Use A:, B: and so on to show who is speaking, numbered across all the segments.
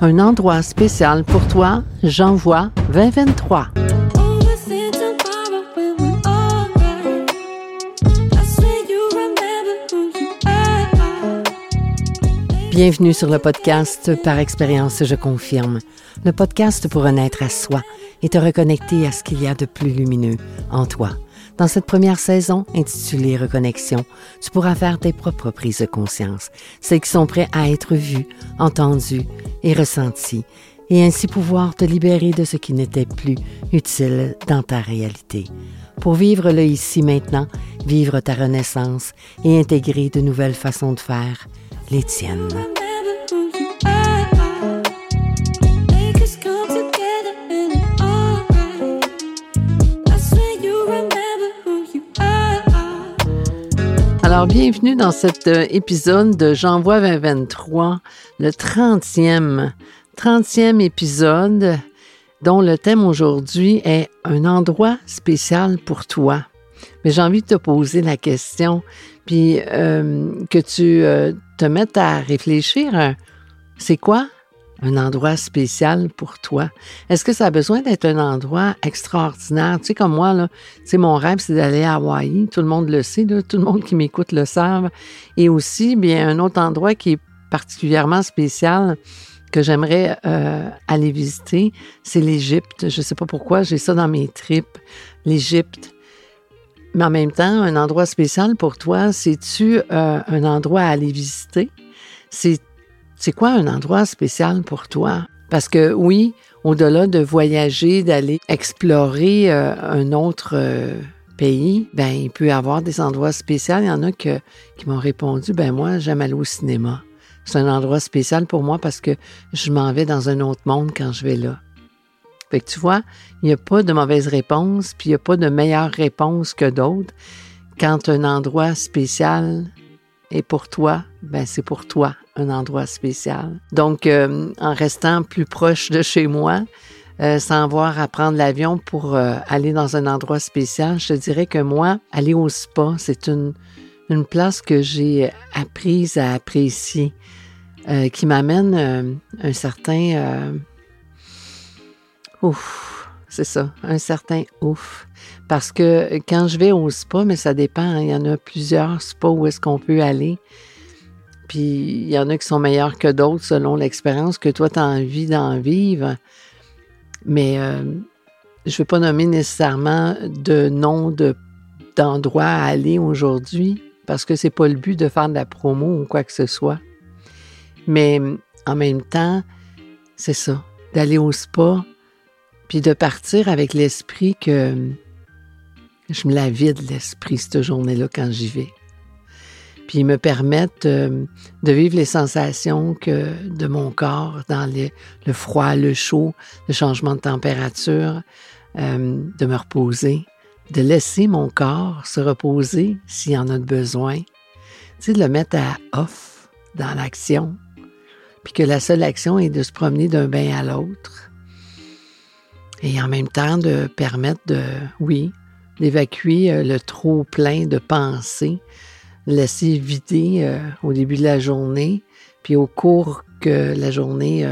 A: Un endroit spécial pour toi, J'envoie 2023. Bienvenue sur le podcast Par expérience, je confirme. Le podcast pour renaître à soi et te reconnecter à ce qu'il y a de plus lumineux en toi. Dans cette première saison, intitulée Reconnexion, tu pourras faire tes propres prises de conscience, celles qui sont prêtes à être vues, entendues et ressenties, et ainsi pouvoir te libérer de ce qui n'était plus utile dans ta réalité. Pour vivre le ici maintenant, vivre ta renaissance et intégrer de nouvelles façons de faire, les tiennes. Alors, bienvenue dans cet épisode de J'envoie 2023, le 30e épisode, dont le thème aujourd'hui est un endroit spécial pour toi. Mais j'ai envie de te poser la question, puis que tu te mettes à réfléchir. C'est quoi un endroit spécial pour toi? Est-ce que ça a besoin d'être un endroit extraordinaire? Tu sais, comme moi, là, tu sais, mon rêve, c'est d'aller à Hawaï. Tout le monde le sait, là, tout le monde qui m'écoute le savent. Et aussi, bien, un autre endroit qui est particulièrement spécial que j'aimerais aller visiter, c'est l'Égypte. Je ne sais pas pourquoi, j'ai ça dans mes tripes, l'Égypte. Mais en même temps, un endroit spécial pour toi, c'est-tu un endroit à aller visiter? C'est quoi un endroit spécial pour toi? Parce que oui, au-delà de voyager, d'aller explorer un autre pays, ben il peut y avoir des endroits spéciaux. Il y en a qui m'ont répondu, ben moi, j'aime aller au cinéma. C'est un endroit spécial pour moi parce que je m'en vais dans un autre monde quand je vais là. Fait que tu vois, il n'y a pas de mauvaise réponse, puis il n'y a pas de meilleure réponse que d'autres. Quand un endroit spécial est pour toi, ben c'est pour toi un endroit spécial. Donc, en restant plus proche de chez moi, sans avoir à prendre l'avion pour aller dans un endroit spécial, je te dirais que moi, aller au spa, c'est une place que j'ai apprise à apprécier, qui m'amène un certain... c'est ça, un certain ouf. Parce que quand je vais au spa, mais ça dépend, hein, il y en a plusieurs spas où est-ce qu'on peut aller. Puis il y en a qui sont meilleurs que d'autres selon l'expérience que toi, tu as envie d'en vivre. Mais je ne veux pas nommer nécessairement de nom d'endroit à aller aujourd'hui parce que c'est pas le but de faire de la promo ou quoi que ce soit. Mais en même temps, c'est ça, d'aller au spa, puis de partir avec l'esprit que je me la vide l'esprit cette journée-là quand j'y vais. Puis me permettre de vivre les sensations de mon corps dans le froid, le chaud, le changement de température, de me reposer, de laisser mon corps se reposer s'il y en a besoin. Tu sais, de le mettre à off dans l'action, puis que la seule action est de se promener d'un bain à l'autre. Et en même temps, de permettre d'évacuer le trop plein de pensées, laisser vider au début de la journée, puis au cours que la journée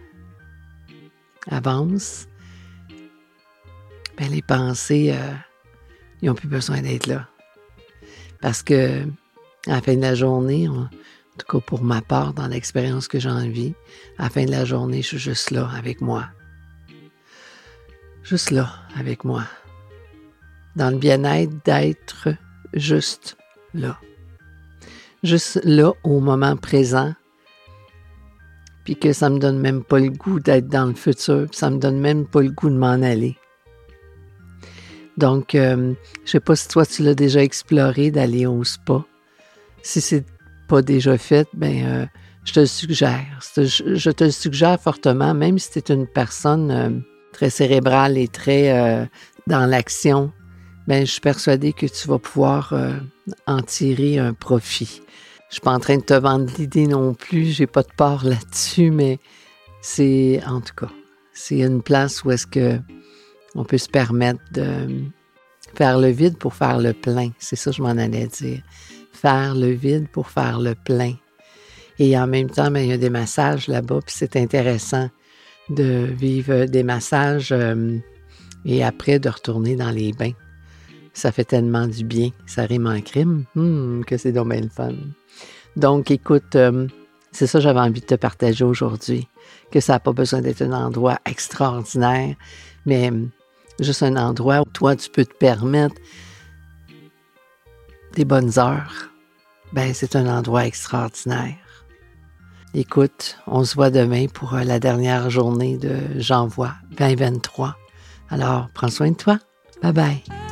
A: avance, ben les pensées, ils n'ont plus besoin d'être là. Parce que à la fin de la journée, en tout cas pour ma part, dans l'expérience que j'en vis, à la fin de la journée, je suis juste là avec moi. Juste là, avec moi. Dans le bien-être d'être juste là. Juste là, au moment présent. Puis que ça me donne même pas le goût d'être dans le futur. Puis ça me donne même pas le goût de m'en aller. Donc, je sais pas si toi, tu l'as déjà exploré d'aller au spa. Si c'est pas déjà fait, ben je te le suggère. Je te le suggère fortement, même si tu es une personne... très cérébrale et très dans l'action, ben je suis persuadée que tu vas pouvoir en tirer un profit. Je suis pas en train de te vendre l'idée non plus, j'ai pas de part là-dessus, mais c'est, en tout cas, c'est une place où est-ce que on peut se permettre de faire le vide pour faire le plein. C'est ça que je m'en allais dire. Faire le vide pour faire le plein. Et en même temps, il y a des massages là-bas, puis c'est intéressant de vivre des massages et après de retourner dans les bains. Ça fait tellement du bien. Ça rime en crime. Que c'est donc bien le fun. Donc, écoute, c'est ça que j'avais envie de te partager aujourd'hui. Que ça n'a pas besoin d'être un endroit extraordinaire, mais juste un endroit où toi, tu peux te permettre des bonnes heures. C'est un endroit extraordinaire. Écoute, on se voit demain pour la dernière journée de J'envoie 2023. Alors, prends soin de toi. Bye bye.